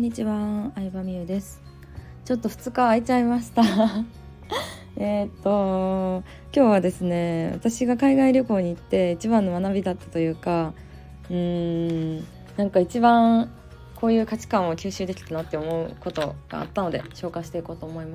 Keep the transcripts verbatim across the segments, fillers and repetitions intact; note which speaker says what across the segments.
Speaker 1: んにちは、相葉美優です。ちょっとふつか空いちゃいましたえっと今日はですね、私が海外旅行に行って一番の学びだったというか、うーんなんか一番こういう価値観を吸収できたなって思うことがあったので紹介していこうと思います。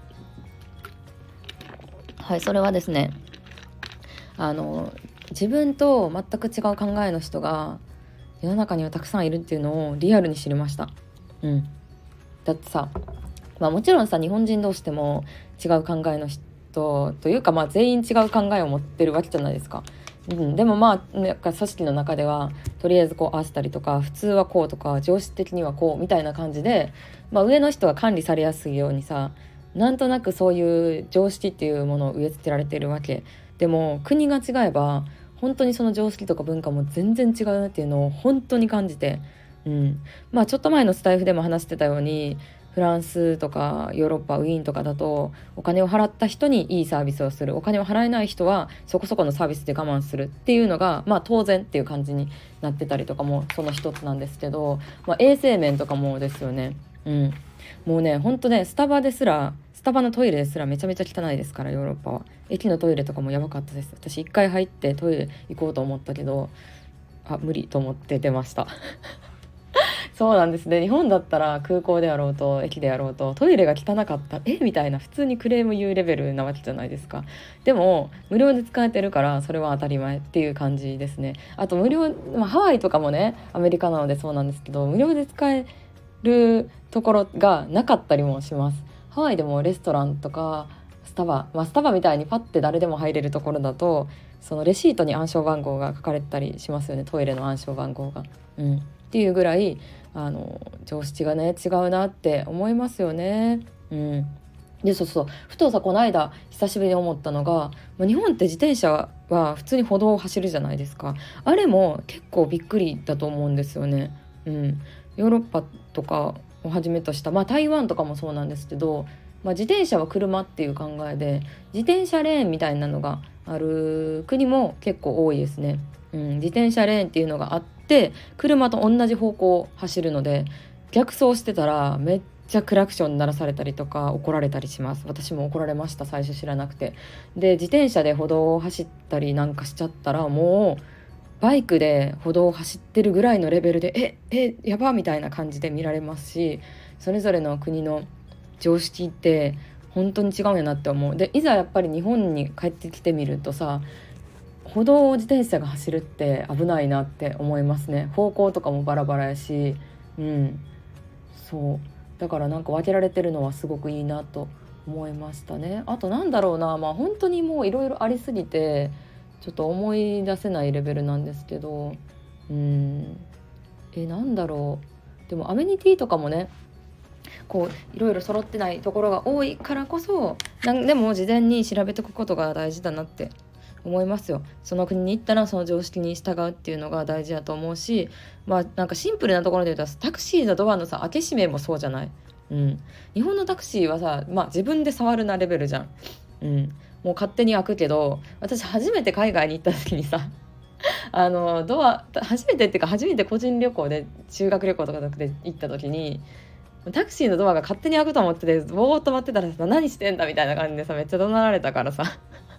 Speaker 1: はい、それはですね、あの自分と全く違う考えの人が世の中にはたくさんいるっていうのをリアルに知りました。うんだってさ、まあ、もちろんさ、日本人同士でも違う考えの人というか、まあ、全員違う考えを持ってるわけじゃないですか。うん、でもまあなんか組織の中ではとりあえずこう合わせたりとか、普通はこうとか常識的にはこうみたいな感じで、まあ、上の人が管理されやすいようにさ、なんとなくそういう常識っていうものを植え付けられているわけでも、国が違えば本当にその常識とか文化も全然違うなっていうのを本当に感じて、うん、まあちょっと前のスタイフでも話してたように、フランスとかヨーロッパ、ウィーンとかだとお金を払った人にいいサービスをする、お金を払えない人はそこそこのサービスで我慢するっていうのがまあ当然っていう感じになってたりとかもその一つなんですけど、まあ、衛生面とかもですよね。うん、もうねほんとね、スタバですらスタバのトイレですらめちゃめちゃ汚いですから、ヨーロッパは。駅のトイレとかもやばかったです。私一回入ってトイレ行こうと思ったけど、あ無理と思って出ましたそうなんですね。日本だったら空港であろうと駅であろうとトイレが汚かったえみたいな、普通にクレーム言うレベルなわけじゃないですか。でも無料で使えてるからそれは当たり前っていう感じですね。あと無料、まあ、ハワイとかもねアメリカなのでそうなんですけど、無料で使えるところがなかったりもします。ハワイでもレストランとかスタバ、まあ、スタバみたいにパッて誰でも入れるところだと、そのレシートに暗証番号が書かれてたりしますよね、トイレの暗証番号が。うん、っていうぐらいあの常識がね違うなって思いますよね。うん、でそうそう、ふとさこの間久しぶりに思ったのが、まあ、日本って自転車は普通に歩道を走るじゃないですか。あれも結構びっくりだと思うんですよね。うん、ヨーロッパとかをはじめとした、まあ、台湾とかもそうなんですけど、まあ、自転車は車っていう考えで自転車レーンみたいなのがある国も結構多いですね。うん、自転車レーンっていうのがあって車と同じ方向を走るので、逆走してたらめっちゃクラクション鳴らされたりとか怒られたりします。私も怒られました、最初知らなくて。で自転車で歩道を走ったりなんかしちゃったら、もうバイクで歩道を走ってるぐらいのレベルでええやばみたいな感じで見られますし、それぞれの国の常識って本当に違うんやなって思う。でいざやっぱり日本に帰ってきてみるとさ、歩道を自転車が走るって危ないなって思いますね。方向とかもバラバラやし、うんそうだからなんか分けられてるのはすごくいいなと思いましたね。あとなんだろうな、まあ本当にもういろいろありすぎてちょっと思い出せないレベルなんですけど、うんえなんだろう、でもアメニティとかもね、こういろいろ揃ってないところが多いからこそ、なんでも事前に調べておくことが大事だなって思いますよ。その国に行ったらその常識に従うっていうのが大事だと思うし、まあなんかシンプルなところで言うとタクシーのドアのさ開け閉めもそうじゃない。うん、日本のタクシーはさ、まあ自分で触るなレベルじゃん。うん、もう勝手に開くけど、私初めて海外に行った時にさあのドア初めてっていうか初めて個人旅行で修学旅行とかで行った時に、タクシーのドアが勝手に開くと思っててぼーっと待ってたらさ、何してんだみたいな感じでさめっちゃ怒鳴られたからさ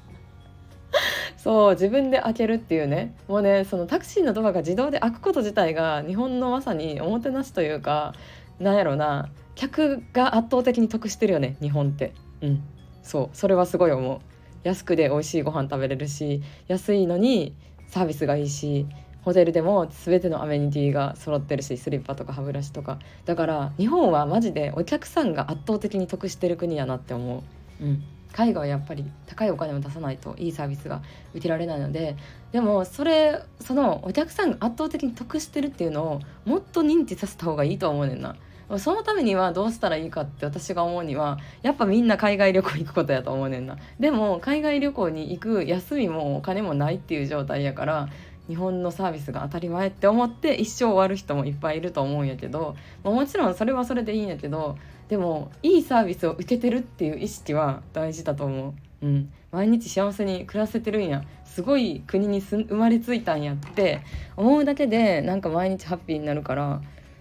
Speaker 1: そう自分で開けるっていうね、もうねそのタクシーのドアが自動で開くこと自体が日本のまさにおもてなしというか、なんやろな、客が圧倒的に得してるよね日本って。うんそうそれはすごい思う。安くで美味しいご飯食べれるし、安いのにサービスがいいし、ホテルでも全てのアメニティが揃ってるし、スリッパとか歯ブラシとか。だから日本はマジでお客さんが圧倒的に得してる国やなって思う。うん海外はやっぱり高いお金を出さないといいサービスが受けられないので、でもそれそのお客さんが圧倒的に得してるっていうのをもっと認知させた方がいいと思うねんな。そのためにはどうしたらいいかって私が思うには、やっぱみんな海外旅行行くことやと思うねんな。でも海外旅行に行く休みもお金もないっていう状態やから、日本のサービスが当たり前って思って一生終わる人もいっぱいいると思うんやけど、まあ、もちろんそれはそれでいいんやけど、でもいいサービスを受けてるっていう意識は大事だと思う。うん、毎日幸せに暮らせてるんや、すごい国に生まれついたんやって思うだけでなんか毎日ハッピーになるから、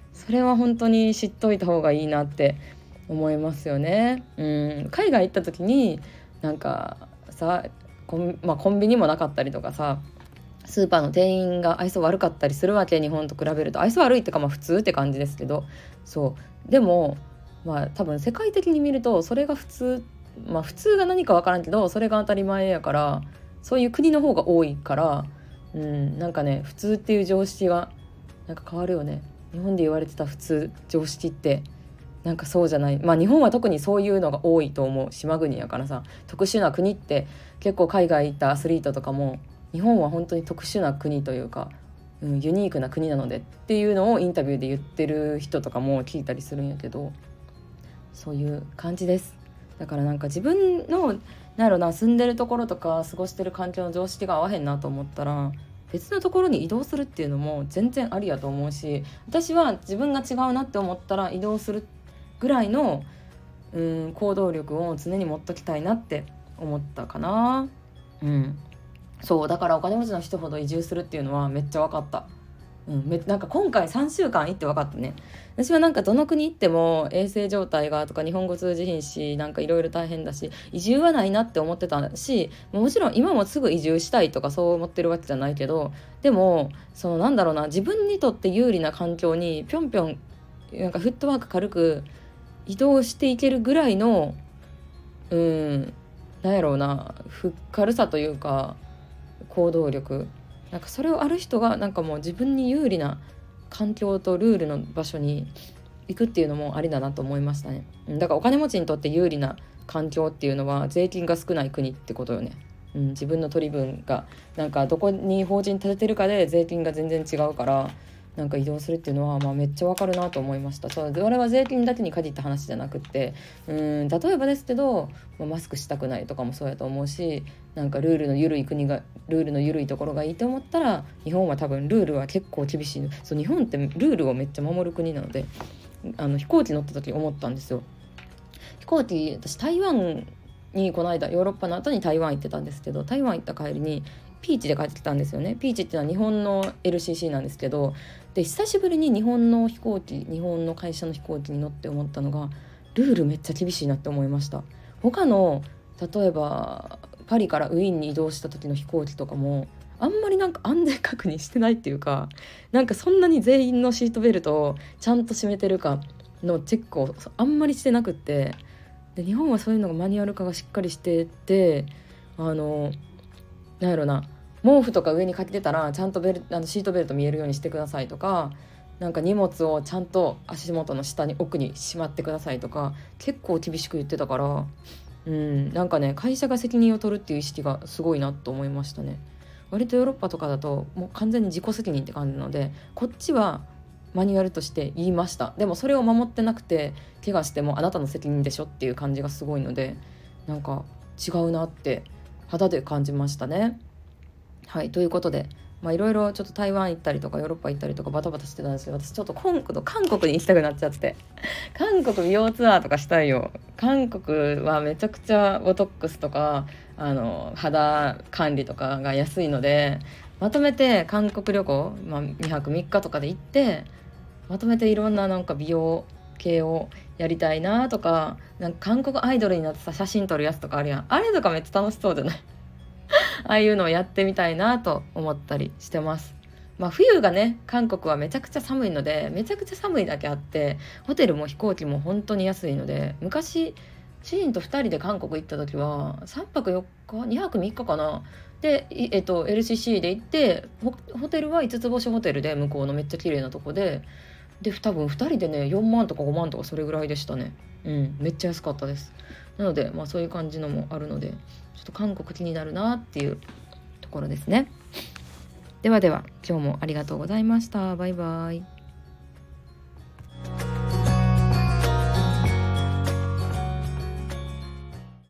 Speaker 1: それは本当に知っといた方がいいなって思いますよね。うん、海外行った時になんかさコン、まあ、コンビニもなかったりとかさ、スーパーの店員が愛想悪かったりするわけ。日本と比べると愛想悪いってか、まあ普通って感じですけど、そうでもまあ多分世界的に見るとそれが普通、まあ普通が何か分からんけどそれが当たり前やから、そういう国の方が多いから、うん、なんかね普通っていう常識がなんか変わるよね。日本で言われてた普通常識ってなんかそうじゃない。まあ日本は特にそういうのが多いと思う。島国やからさ、特殊な国って、結構海外行ったアスリートとかも日本は本当に特殊な国というか、うん、ユニークな国なのでっていうのをインタビューで言ってる人とかも聞いたりするんやけど、そういう感じです。だからなんか自分のなんやろな、住んでるところとか過ごしてる環境の常識が合わへんなと思ったら別のところに移動するっていうのも全然ありやと思うし、私は自分が違うなって思ったら移動するぐらいのうん行動力を常に持っときたいなって思ったかな。うんそうだからお金持ちの人ほど移住するっていうのはめっちゃ分かった。うん、めなんか今回さんしゅうかん行って分かったね。私はなんかどの国行っても衛生状態がとか日本語通じひんし、なんかいろいろ大変だし移住はないなって思ってたし、もちろん今もすぐ移住したいとかそう思ってるわけじゃないけど、でもそのなんだろうな、自分にとって有利な環境にぴょんぴょんなんかフットワーク軽く移動していけるぐらいのうんなんやろうな、ふっ軽さというか行動力、なんかそれをある人がなんかもう自分に有利な環境とルールの場所に行くっていうのもありだなと思いましたね。だからお金持ちにとって有利な環境っていうのは税金が少ない国ってことよね。うん、自分の取り分がなんかどこに法人立ててるかで税金が全然違うから、なんか移動するっていうのはまあめっちゃわかるなと思いました。そう、俺は税金だけに限った話じゃなくって、うん例えばですけど、まあマスクしたくないとかもそうやと思うし、なんかルールの緩い国がルールの緩いところがいいと思ったら、日本は多分ルールは結構厳しい。そう日本ってルールをめっちゃ守る国なので、あの飛行機乗った時思ったんですよ。飛行機私台湾にこの間ヨーロッパの後に台湾行ってたんですけど、台湾行った帰りにピーチで帰ってきたんですよね。ピーチっていうのは日本の エルシーシー なんですけど、で久しぶりに日本の飛行機日本の会社の飛行機に乗って思ったのが、ルールめっちゃ厳しいなって思いました。他の例えばパリからウィーンに移動した時の飛行機とかもあんまりなんか安全確認してないっていうか、なんかそんなに全員のシートベルトをちゃんと締めてるかのチェックをあんまりしてなくって、で日本はそういうのがマニュアル化がしっかりしてて、あのなんやろな、毛布とか上にかけてたらちゃんとベルあのシートベルト見えるようにしてくださいとか、なんか荷物をちゃんと足元の下に奥にしまってくださいとか結構厳しく言ってたから、うんなんかね会社が責任を取るっていう意識がすごいなと思いましたね。割とヨーロッパとかだともう完全に自己責任って感じなので、こっちはマニュアルとして言いました。でもそれを守ってなくて怪我してもあなたの責任でしょっていう感じがすごいので、なんか違うなって肌で感じましたね。はいということで、まあいろいろちょっと台湾行ったりとかヨーロッパ行ったりとかバタバタしてたんですけど、私ちょっと今度韓国に行きたくなっちゃって、韓国美容ツアーとかしたいよ。韓国はめちゃくちゃボトックスとかあの肌管理とかが安いので、まとめて韓国旅行、まあ、にはくみっかとかで行ってまとめていろんななんか美容系をやりたいなとか、なんか韓国アイドルになってさ写真撮るやつとかあるやん、あれとかめっちゃ楽しそうじゃないああいうのをやってみたいなと思ったりしてます。まあ冬がね韓国はめちゃくちゃ寒いので、めちゃくちゃ寒いだけあってホテルも飛行機も本当に安いので、昔主人とふたりで韓国行った時はさんぱくよっかにはくみっかかなで、えっと、エルシーシー で行って、ホホテルはいつつ星ホテルで向こうのめっちゃ綺麗なとこでで多分ふたりでねよんまんとかごまんとかそれぐらいでしたね。うんめっちゃ安かったです。なのでまあそういう感じのもあるので、ちょっと韓国気になるなっていうところですね。ではでは今日もありがとうございました。バイバイ。